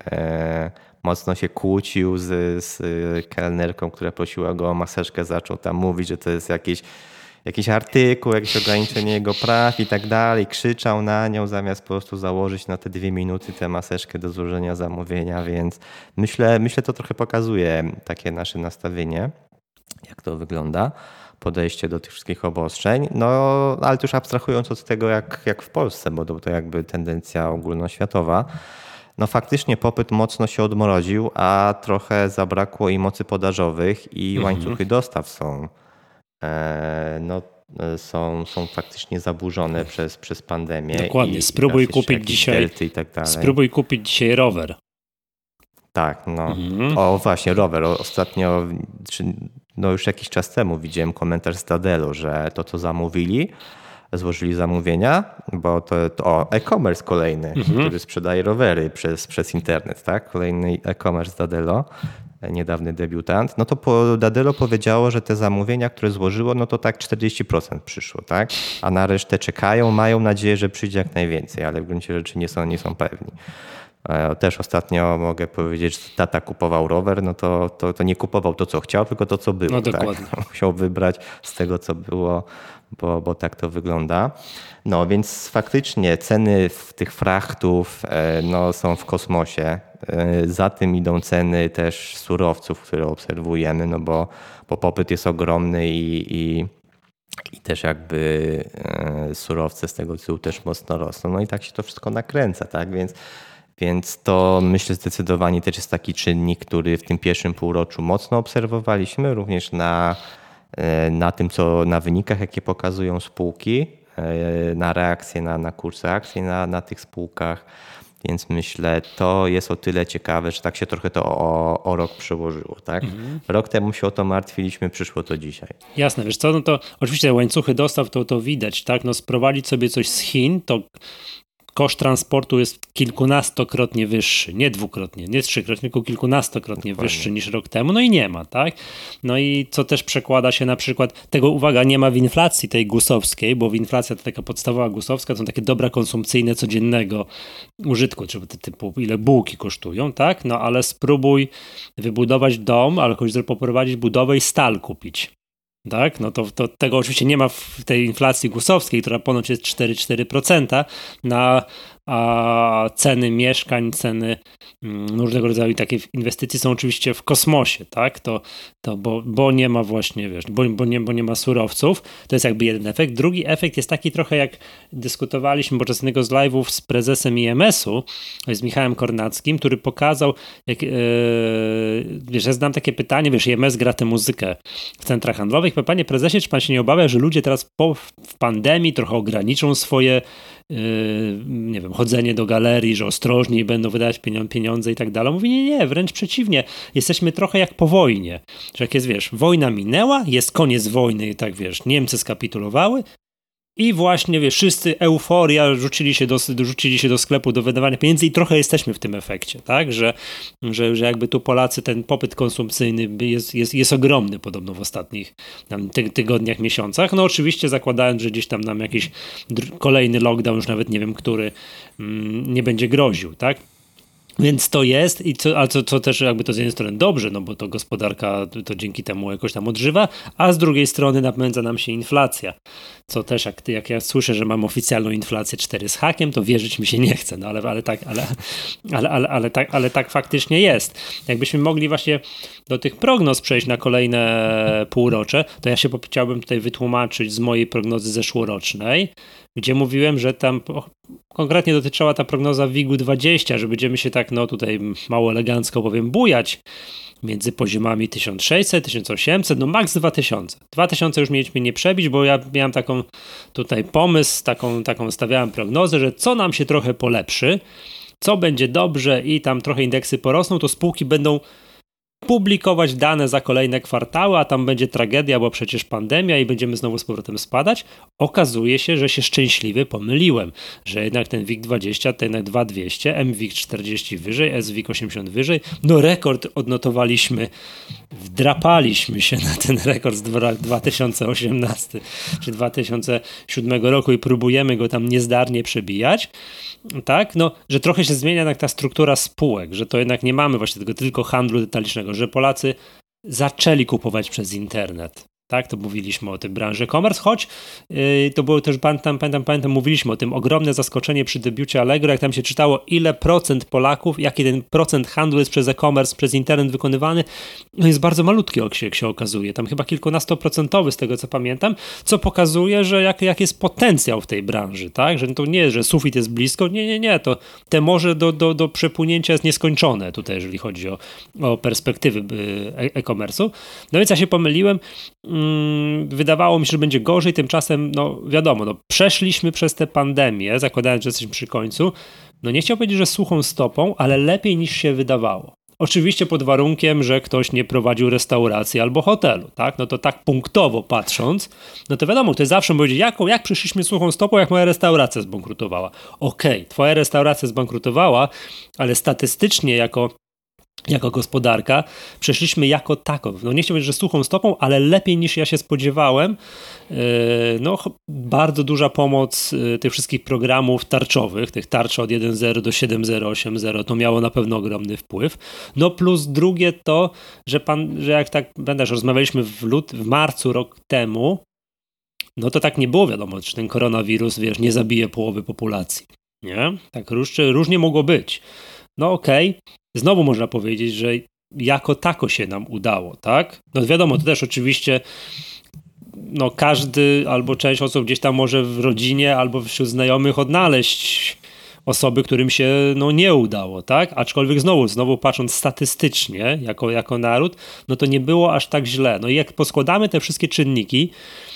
e, mocno się kłócił z, z kelnerką, która prosiła go o maseczkę. Zaczął tam mówić, że to jest jakiś, jakiś artykuł, jakieś ograniczenie jego praw i tak dalej. Krzyczał na nią, zamiast po prostu założyć na te dwie minuty tę maseczkę do złożenia zamówienia. Więc myślę, myślę, to trochę pokazuje takie nasze nastawienie, jak to wygląda. Podejście do tych wszystkich obostrzeń, no ale też abstrahując od tego jak, jak w Polsce, bo to, to jakby tendencja ogólnoświatowa, no faktycznie popyt mocno się odmroził, a trochę zabrakło i mocy podażowych i mhm. łańcuchy dostaw są, e, no, są, są faktycznie zaburzone przez, przez pandemię. Dokładnie, i, spróbuj i kupić dzisiaj i tak dalej. Spróbuj kupić dzisiaj rower. Tak, no. Mhm. O właśnie, rower. Ostatnio, czy no już jakiś czas temu widziałem komentarz z Dadelo, że to co zamówili, złożyli zamówienia, bo to, to o, e-commerce kolejny, mhm. który sprzedaje rowery przez, przez internet, tak? Kolejny e-commerce Dadelo, niedawny debiutant. No to po, Dadelo powiedziało, że te zamówienia, które złożyło, no to tak czterdzieści procent przyszło, tak? A na resztę czekają, mają nadzieję, że przyjdzie jak najwięcej, ale w gruncie rzeczy nie są, nie są pewni. Też ostatnio mogę powiedzieć, że tata kupował rower, no to, to, to nie kupował to, co chciał, tylko to, co było. No dokładnie. Tak? Musiał wybrać z tego, co było, bo, bo tak to wygląda. No więc faktycznie ceny tych frachtów no, są w kosmosie. Za tym idą ceny też surowców, które obserwujemy, no bo, bo popyt jest ogromny i, i I też jakby surowce z tego tytułu też mocno rosną. No i tak się to wszystko nakręca, tak? Więc, więc to myślę zdecydowanie też jest taki czynnik, który w tym pierwszym półroczu mocno obserwowaliśmy, również na, na tym, co na wynikach, jakie pokazują spółki, na reakcje na, na kursy akcji na, na tych spółkach. Więc myślę, to jest o tyle ciekawe, że tak się trochę to o, o rok przełożyło. Tak? Mhm. Rok temu się o to martwiliśmy, przyszło to dzisiaj. Jasne, wiesz co, no to oczywiście łańcuchy dostaw to, to widać, tak? No sprowadzić sobie coś z Chin, to koszt transportu jest kilkunastokrotnie wyższy, nie dwukrotnie, nie trzykrotnie, tylko kilkunastokrotnie Dokładnie. wyższy niż rok temu, no i nie ma, tak? No i co też przekłada się na przykład, tego uwaga, nie ma w inflacji tej gusowskiej, bo inflacja to taka podstawowa gusowska, to są takie dobra konsumpcyjne codziennego użytku, czyli typu ile bułki kosztują, tak? No ale spróbuj wybudować dom, albo choć poprowadzić budowę i stal kupić. Tak, no to, to tego oczywiście nie ma w tej inflacji gusowskiej, która ponoć jest cztery przecinek cztery procent na a ceny mieszkań, ceny mm, różnego rodzaju takie inwestycje są oczywiście w kosmosie, tak, to, to bo, bo nie ma właśnie, wiesz, bo, bo, nie, bo nie ma surowców, to jest jakby jeden efekt. Drugi efekt jest taki trochę jak dyskutowaliśmy podczas jednego z live'ów z prezesem I M S-u, z Michałem Kornackim, który pokazał, jak, yy, wiesz, ja znam takie pytanie, wiesz, I M S gra tę muzykę w centrach handlowych, panie prezesie, czy pan się nie obawia, że ludzie teraz po, w pandemii trochę ograniczą swoje Yy, nie wiem, chodzenie do galerii, że ostrożniej będą wydawać pieniądze i tak dalej. Mówi, nie, nie, wręcz przeciwnie. Jesteśmy trochę jak po wojnie. Że jak jest, wiesz, wojna minęła, jest koniec wojny i tak, wiesz, Niemcy skapitulowały i właśnie, wiesz, wszyscy euforia, rzucili się do, rzucili się do sklepu do wydawania pieniędzy i trochę jesteśmy w tym efekcie, tak, że, że, że jakby tu Polacy, ten popyt konsumpcyjny jest, jest, jest ogromny podobno w ostatnich tam, ty, tygodniach, miesiącach. No oczywiście zakładając, że gdzieś tam nam jakiś dr- kolejny lockdown, już nawet nie wiem, który mm, nie będzie groził, tak. Więc to jest, i co, ale co, co też jakby to z jednej strony dobrze, no bo to gospodarka to, to dzięki temu jakoś tam odżywa, a z drugiej strony napędza nam się inflacja, co też jak, jak ja słyszę, że mam oficjalną inflację cztery z hakiem, to wierzyć mi się nie chce, no ale, ale, tak, ale, ale, ale, ale, tak, ale tak faktycznie jest. Jakbyśmy mogli właśnie do tych prognoz przejść na kolejne półrocze, to ja się chciałbym tutaj wytłumaczyć z mojej prognozy zeszłorocznej, gdzie mówiłem, że tam konkretnie dotyczyła ta prognoza WIG-u dwadzieścia, że będziemy się tak, no tutaj mało elegancko powiem, bujać między poziomami tysiąc sześćset, tysiąc osiemset, no maks dwa tysiące. dwa tysiące już mieliśmy nie przebić, bo ja miałem taką tutaj pomysł, taką, taką stawiałem prognozę, że co nam się trochę polepszy, co będzie dobrze i tam trochę indeksy porosną, to spółki będą publikować dane za kolejne kwartały, a tam będzie tragedia, bo przecież pandemia i będziemy znowu z powrotem spadać. Okazuje się, że się szczęśliwie pomyliłem, że jednak ten WIG dwadzieścia, ten jednak dwa tysiące dwieście, M WIG czterdzieści wyżej, S WIG osiemdziesiąt wyżej. No rekord odnotowaliśmy, wdrapaliśmy się na ten rekord z dwa tysiące osiemnastego czy dwa tysiące siódmego roku i próbujemy go tam niezdarnie przebijać. Tak, no, że trochę się zmienia jednak ta struktura spółek, że to jednak nie mamy właśnie tego tylko handlu detalicznego, że Polacy zaczęli kupować przez internet. Tak, to mówiliśmy o tej branży e-commerce, choć yy, to było też, pamiętam, pamiętam, pamiętam, mówiliśmy o tym ogromne zaskoczenie przy debiucie Allegro, jak tam się czytało, ile procent Polaków, jaki ten procent handlu jest przez e-commerce, przez internet wykonywany, no jest bardzo malutki, jak się, jak się okazuje, tam chyba kilkunastoprocentowy z tego, co pamiętam, co pokazuje, że jak, jak jest potencjał w tej branży, tak, że to nie jest, że sufit jest blisko, nie, nie, nie, to te morze do, do, do przepłynięcia jest nieskończone tutaj, jeżeli chodzi o, o perspektywy e-commerce'u. No więc ja się pomyliłem, wydawało mi się, że będzie gorzej, tymczasem, no wiadomo, no, przeszliśmy przez tę pandemię, zakładając, że jesteśmy przy końcu, no nie chciałbym powiedzieć, że suchą stopą, ale lepiej niż się wydawało. Oczywiście pod warunkiem, że ktoś nie prowadził restauracji albo hotelu, tak? No to tak punktowo patrząc, no to wiadomo, to jest zawsze powiedzieć, jak, jak przyszliśmy suchą stopą, jak moja restauracja zbankrutowała. Okej, okay, twoja restauracja zbankrutowała, ale statystycznie jako jako gospodarka, przeszliśmy jako tako. No nie chciałbym, że suchą stopą, ale lepiej niż ja się spodziewałem. No bardzo duża pomoc tych wszystkich programów tarczowych, tych tarcz od jeden zero do siedem zero osiem zero, to miało na pewno ogromny wpływ. No plus drugie to, że pan, że jak tak będę, że rozmawialiśmy w lut, w marcu rok temu, no to tak nie było wiadomo, czy ten koronawirus, wiesz, nie zabije połowy populacji. Nie? Tak różnie, różnie mogło być. No okej, okay. Znowu można powiedzieć, że jako tako się nam udało, tak? No wiadomo, to też oczywiście no każdy albo część osób gdzieś tam może w rodzinie albo wśród znajomych odnaleźć osoby, którym się no nie udało, tak? Aczkolwiek znowu, znowu patrząc statystycznie jako, jako naród, no to nie było aż tak źle. No i jak poskładamy te wszystkie czynniki,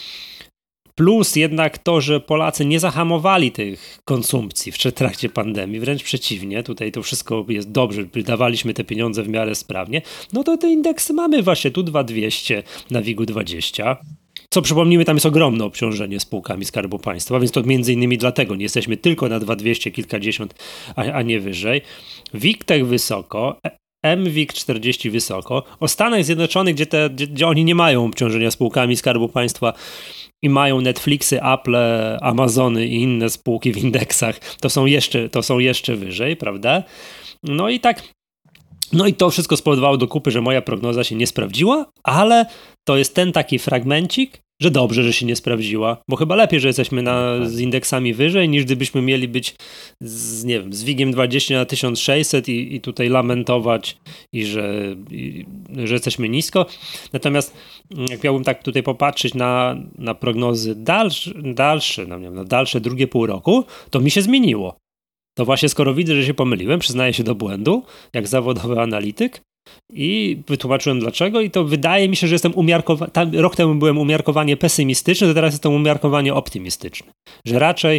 plus jednak to, że Polacy nie zahamowali tych konsumpcji w trakcie pandemii, wręcz przeciwnie, tutaj to wszystko jest dobrze, dawaliśmy te pieniądze w miarę sprawnie, no to te indeksy mamy właśnie tu dwa tysiące dwieście na WIG-u dwadzieścia. Co przypomnijmy, tam jest ogromne obciążenie spółkami Skarbu Państwa, więc to między innymi dlatego nie jesteśmy tylko na dwa tysiące dwieście, kilkadziesiąt, a, a nie wyżej. WIG tak wysoko, M WIG czterdzieści wysoko. O Stanach Zjednoczonych, gdzie, te, gdzie, gdzie oni nie mają obciążenia spółkami Skarbu Państwa i mają Netflixy, Apple, Amazony i inne spółki w indeksach, to są jeszcze, to są jeszcze wyżej, prawda? No i tak, no i to wszystko spowodowało do kupy, że moja prognoza się nie sprawdziła, ale to jest ten taki fragmencik, że dobrze, że się nie sprawdziła, bo chyba lepiej, że jesteśmy na, z indeksami wyżej, niż gdybyśmy mieli być z, nie wiem, z WIG-iem dwadzieścia na tysiąc sześćset i, i tutaj lamentować, i że, i, że jesteśmy nisko. Natomiast jak miałbym tak tutaj popatrzeć na, na prognozy dalsze, dalsze, no nie wiem, na dalsze drugie pół roku, to mi się zmieniło. To właśnie skoro widzę, że się pomyliłem, przyznaję się do błędu, jak zawodowy analityk, i wytłumaczyłem dlaczego i to wydaje mi się, że jestem umiarkowany, rok temu byłem umiarkowanie pesymistyczny, to teraz jestem umiarkowanie optymistyczny, że raczej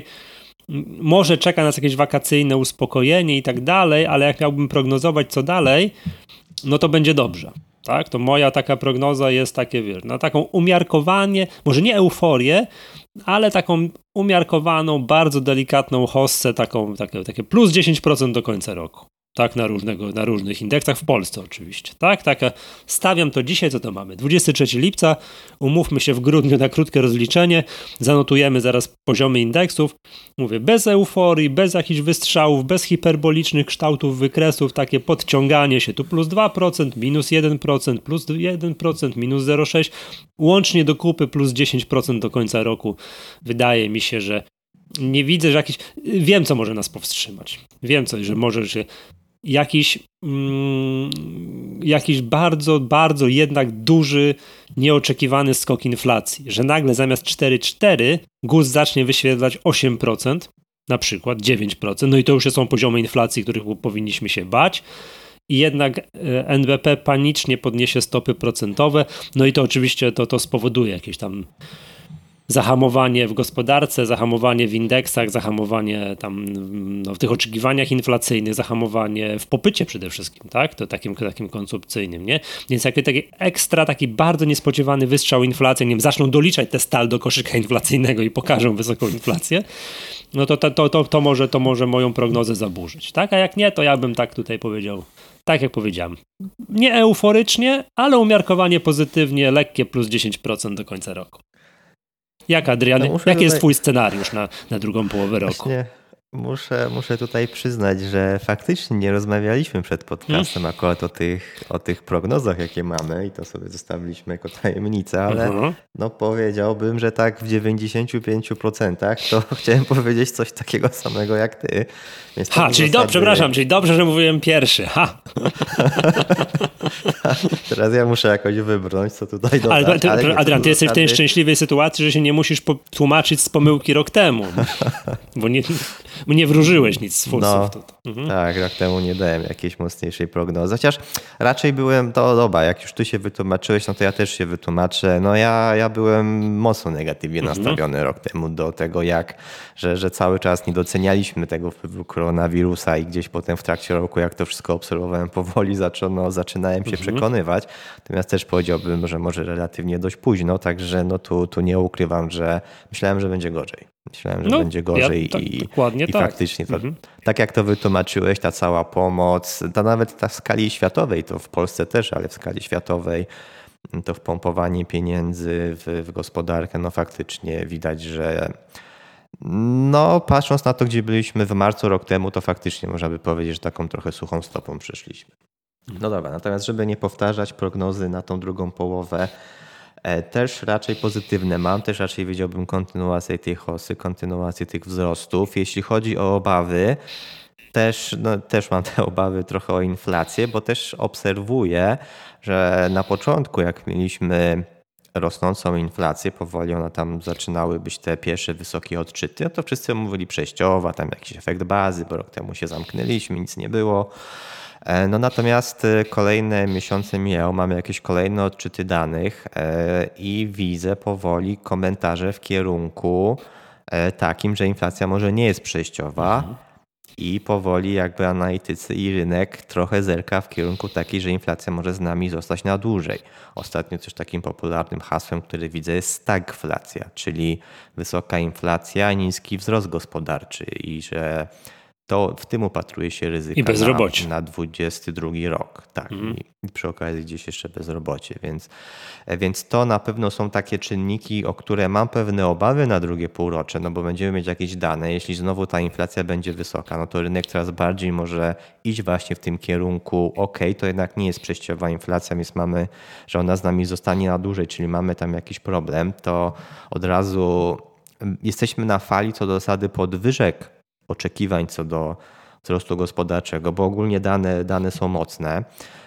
może czeka nas jakieś wakacyjne uspokojenie i tak dalej, ale jak miałbym prognozować co dalej, no to będzie dobrze, tak? To moja taka prognoza jest takie, wiesz, na taką umiarkowanie, może nie euforię, ale taką umiarkowaną, bardzo delikatną hossę, taką, takie, takie plus dziesięć procent do końca roku. Tak, na, różnego, na różnych indeksach, w Polsce oczywiście. Tak, tak, stawiam to dzisiaj, co to mamy? dwudziestego trzeciego lipca, umówmy się w grudniu na krótkie rozliczenie, zanotujemy zaraz poziomy indeksów. Mówię, bez euforii, bez jakichś wystrzałów, bez hiperbolicznych kształtów wykresów, takie podciąganie się, tu plus dwa procent, minus jeden procent, plus jeden procent, minus zero przecinek sześć procent, łącznie do kupy plus dziesięć procent do końca roku. Wydaje mi się, że nie widzę, że jakiś... Wiem, co może nas powstrzymać. Wiem coś, że może się jakiś, mm, jakiś bardzo, bardzo jednak duży, nieoczekiwany skok inflacji. Że nagle zamiast cztery przecinek cztery G U S zacznie wyświetlać osiem procent, na przykład dziewięć procent. No i to już są poziomy inflacji, których powinniśmy się bać. I jednak N B P panicznie podniesie stopy procentowe. No i to oczywiście to, to spowoduje jakieś tam zahamowanie w gospodarce, zahamowanie w indeksach, zahamowanie tam no, w tych oczekiwaniach inflacyjnych, zahamowanie w popycie przede wszystkim, tak? To takim, takim konsumpcyjnym, nie? Więc jakby taki ekstra, taki bardzo niespodziewany wystrzał inflacji, nie wiem, zaczną doliczać te stal do koszyka inflacyjnego i pokażą wysoką inflację, no to, to, to, to, to, może, to może moją prognozę zaburzyć, tak? A jak nie, to ja bym tak tutaj powiedział, tak jak powiedziałem, nie euforycznie, ale umiarkowanie pozytywnie, lekkie plus dziesięć procent do końca roku. Jak, Adrian, no jaki tutaj... jest twój scenariusz na, na drugą połowę roku? Właśnie muszę, muszę tutaj przyznać, że faktycznie nie rozmawialiśmy przed podcastem hmm. akurat o tych, o tych prognozach, jakie mamy i to sobie zostawiliśmy jako tajemnicę, ale uh-huh. no powiedziałbym, że tak w dziewięćdziesięciu pięciu procentach to chciałem powiedzieć coś takiego samego jak ty. Więc ha, czyli zasady... dobrze, przepraszam, czyli dobrze, że mówiłem pierwszy. Ha. Teraz ja muszę jakoś wybrnąć, co tutaj dodać. Ale, ty, ale Adrian, ty jesteś w tej szczęśliwej sytuacji, że się nie musisz tłumaczyć z pomyłki rok temu, bo nie, bo nie wróżyłeś nic z fursów. No, Mhm. Tak, rok temu nie dałem jakiejś mocniejszej prognozy. Chociaż raczej byłem, to dobra, jak już ty się wytłumaczyłeś, no to ja też się wytłumaczę. No ja, ja byłem mocno negatywnie Mhm. nastawiony rok temu do tego, jak, że, że cały czas nie docenialiśmy tego wpływu koronawirusa i gdzieś potem w trakcie roku, jak to wszystko obserwowałem powoli, zaczęno, zaczynałem się Mhm. przekonywać. Natomiast też powiedziałbym, że może relatywnie dość późno, także no tu, tu nie ukrywam, że myślałem, że będzie gorzej. Myślałem, że No, będzie gorzej ja, tak, i, dokładnie i tak. faktycznie to, Mhm. tak jak to wytłumaczyłeś, ta cała pomoc, ta nawet ta w skali światowej, to w Polsce też, ale w skali światowej, to wpompowanie pieniędzy w, w gospodarkę, no faktycznie widać, że no patrząc na to, gdzie byliśmy w marcu rok temu, to faktycznie można by powiedzieć, że taką trochę suchą stopą przyszliśmy. No dobra, natomiast żeby nie powtarzać prognozy na tą drugą połowę, też raczej pozytywne mam, też raczej widziałbym kontynuację tej hosy, kontynuację tych wzrostów. Jeśli chodzi o obawy, też, no, też mam te obawy trochę o inflację, bo też obserwuję, że na początku jak mieliśmy rosnącą inflację, powoli one tam zaczynały być te pierwsze wysokie odczyty, no to wszyscy mówili przejściowa, tam jakiś efekt bazy, bo rok temu się zamknęliśmy, nic nie było. No natomiast kolejne miesiące mijają, mamy jakieś kolejne odczyty danych i widzę powoli komentarze w kierunku takim, że inflacja może nie jest przejściowa mhm. i powoli jakby analitycy i rynek trochę zerka w kierunku takiej, że inflacja może z nami zostać na dłużej. Ostatnio też takim popularnym hasłem, które widzę, jest stagflacja, czyli wysoka inflacja, niski wzrost gospodarczy i że to w tym upatruje się ryzyka I bezrobocie. na, na dwudziesty drugi rok. Tak, mhm. i przy okazji gdzieś jeszcze bezrobocie. Więc, więc to na pewno są takie czynniki, o które mam pewne obawy na drugie półrocze, no bo będziemy mieć jakieś dane. Jeśli znowu ta inflacja będzie wysoka, no to rynek coraz bardziej może iść właśnie w tym kierunku, ok, to jednak nie jest przejściowa inflacja, więc mamy, że ona z nami zostanie na dłużej, czyli mamy tam jakiś problem, to od razu jesteśmy na fali co do zasady podwyżek oczekiwań co do wzrostu gospodarczego, bo ogólnie dane, dane są mocne.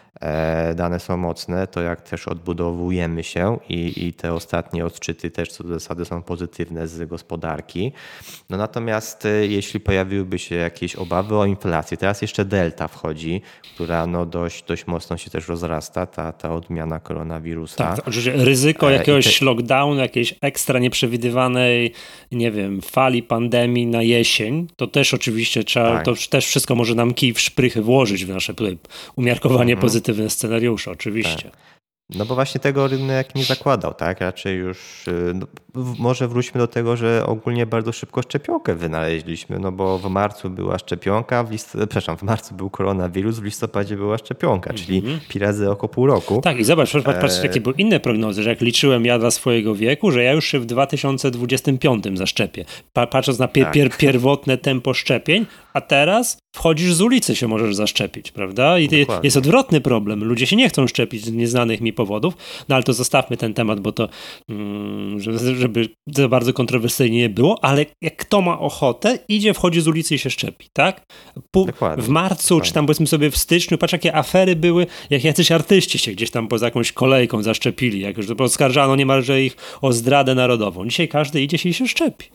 Dane są mocne, to jak też odbudowujemy się i, i te ostatnie odczyty też co do zasady są pozytywne z gospodarki. No natomiast jeśli pojawiłyby się jakieś obawy o inflację, teraz jeszcze delta wchodzi, która no dość, dość mocno się też rozrasta, ta, ta odmiana koronawirusa. Tak, oczywiście ryzyko jakiegoś te... lockdownu, jakiejś ekstra nieprzewidywanej, nie wiem, fali pandemii na jesień, to też oczywiście trzeba, tak. to też wszystko może nam kij w szprychy włożyć w nasze tutaj umiarkowanie mhm. pozytywne scenariusze, oczywiście. Tak. No bo właśnie tego rynek nie zakładał, tak? Raczej już no, może wróćmy do tego, że ogólnie bardzo szybko szczepionkę wynaleźliśmy, no bo w marcu była szczepionka, w list... przepraszam, w marcu był koronawirus, w listopadzie była szczepionka, mm-hmm. czyli pi razy około pół roku. Tak i zobacz, patrz, jakie były inne prognozy, że jak liczyłem ja dla swojego wieku, że ja już się w dwa tysiące dwudziestym piątym zaszczepię. Patrząc na pier- tak. pier- pierwotne tempo szczepień, a teraz wchodzisz z ulicy, się możesz zaszczepić, prawda? I Dokładnie. Jest odwrotny problem. Ludzie się nie chcą szczepić z nieznanych mi powodów, no ale to zostawmy ten temat, bo to mm, żeby za bardzo kontrowersyjnie nie było, ale jak kto ma ochotę, idzie, wchodzi z ulicy i się szczepi, tak? Pół- w marcu, Dokładnie. czy tam powiedzmy sobie w styczniu, patrz jakie afery były, jak jacyś artyści się gdzieś tam poza jakąś kolejką zaszczepili, jak już oskarżano niemalże ich o zdradę narodową. Dzisiaj każdy idzie się i się szczepi.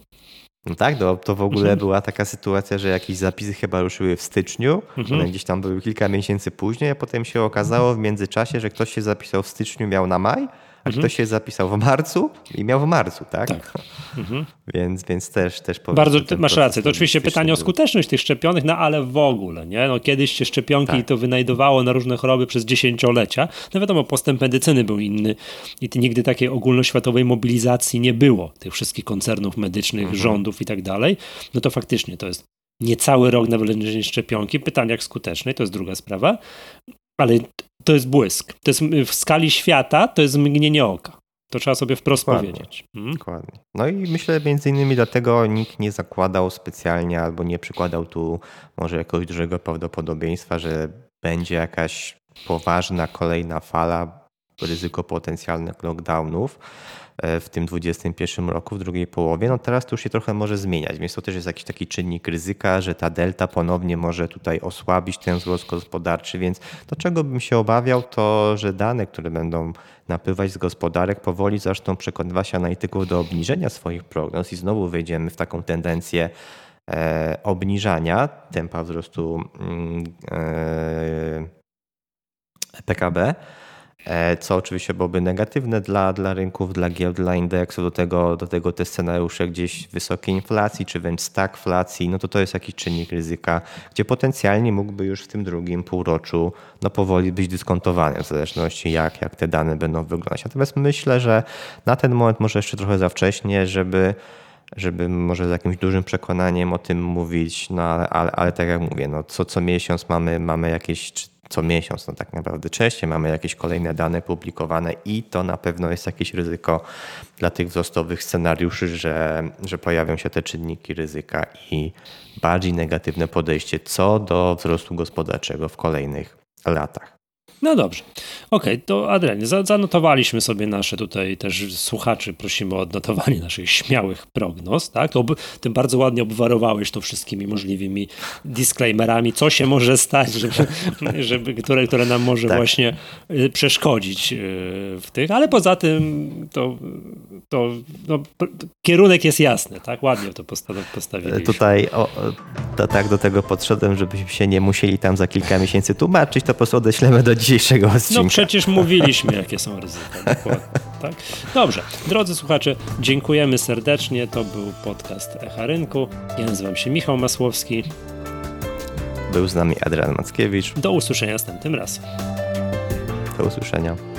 No tak, to, to w ogóle była taka sytuacja, że jakieś zapisy chyba ruszyły w styczniu, mhm. one gdzieś tam były kilka miesięcy później, a potem się okazało w międzyczasie, że ktoś się zapisał w styczniu, miał na maj, a mhm. ktoś się zapisał w marcu i miał w marcu, tak? Tak. Mhm. Więc, więc też, też Bardzo masz rację. To oczywiście pytanie był. o skuteczność tych szczepionek, no ale w ogóle, nie? No, kiedyś się szczepionki tak. to wynajdowało na różne choroby przez dziesięciolecia. No wiadomo, postęp medycyny był inny i nigdy takiej ogólnoświatowej mobilizacji nie było tych wszystkich koncernów medycznych, mhm. rządów i tak dalej. No to faktycznie to jest niecały rok na wynalezienie szczepionki. Pytanie jak skutecznej, to jest druga sprawa. Ale to jest błysk. To jest w skali świata, to jest mgnienie oka. To trzeba sobie wprost Dokładnie. powiedzieć. Hmm? Dokładnie. No i myślę między innymi dlatego nikt nie zakładał specjalnie albo nie przykładał tu może jakiegoś dużego prawdopodobieństwa, że będzie jakaś poważna kolejna fala, ryzyko potencjalnych lockdownów w tym dwudziestym pierwszym roku, w drugiej połowie. No teraz to już się trochę może zmieniać, więc to też jest jakiś taki czynnik ryzyka, że ta delta ponownie może tutaj osłabić ten wzrost gospodarczy, więc to czego bym się obawiał, to że dane, które będą napływać z gospodarek, powoli zaczną przekonywać analityków do obniżenia swoich prognoz i znowu wejdziemy w taką tendencję e, obniżania tempa wzrostu e, P K B, co oczywiście byłoby negatywne dla, dla rynków, dla giełd, dla indeksów, do tego, do tego te scenariusze gdzieś wysokiej inflacji, czy wręcz stagflacji, no to to jest jakiś czynnik ryzyka, gdzie potencjalnie mógłby już w tym drugim półroczu no powoli być dyskontowany, w zależności jak, jak te dane będą wyglądać. Natomiast myślę, że na ten moment może jeszcze trochę za wcześnie, żeby żeby może z jakimś dużym przekonaniem o tym mówić, no ale, ale, ale tak jak mówię, no co, co miesiąc mamy, mamy jakieś, co miesiąc, no tak naprawdę częściej mamy jakieś kolejne dane publikowane i to na pewno jest jakieś ryzyko dla tych wzrostowych scenariuszy, że, że pojawią się te czynniki ryzyka i bardziej negatywne podejście co do wzrostu gospodarczego w kolejnych latach. No dobrze. Okej, okay, to Adrianie, zanotowaliśmy sobie nasze tutaj też słuchaczy, prosimy o odnotowanie naszych śmiałych prognoz, tak? To ob- tym bardzo ładnie obwarowałeś to wszystkimi możliwymi disclaimerami, co się może stać, żeby, żeby, które, które nam może tak. właśnie przeszkodzić w tych, ale poza tym to, to no, kierunek jest jasny, tak? Ładnie to postawiliśmy. Tutaj o, to tak do tego podszedłem, żebyśmy się nie musieli tam za kilka miesięcy tłumaczyć, to po prostu odeślemy do dzisiejszego odcinka. No przecież mówiliśmy, jakie są ryzyka. Dokładnie, tak? Dobrze. Drodzy słuchacze, dziękujemy serdecznie. To był podcast Echa Rynku. Ja nazywam się Michał Masłowski. Był z nami Adrian Mackiewicz. Do usłyszenia następnym razem. Do usłyszenia.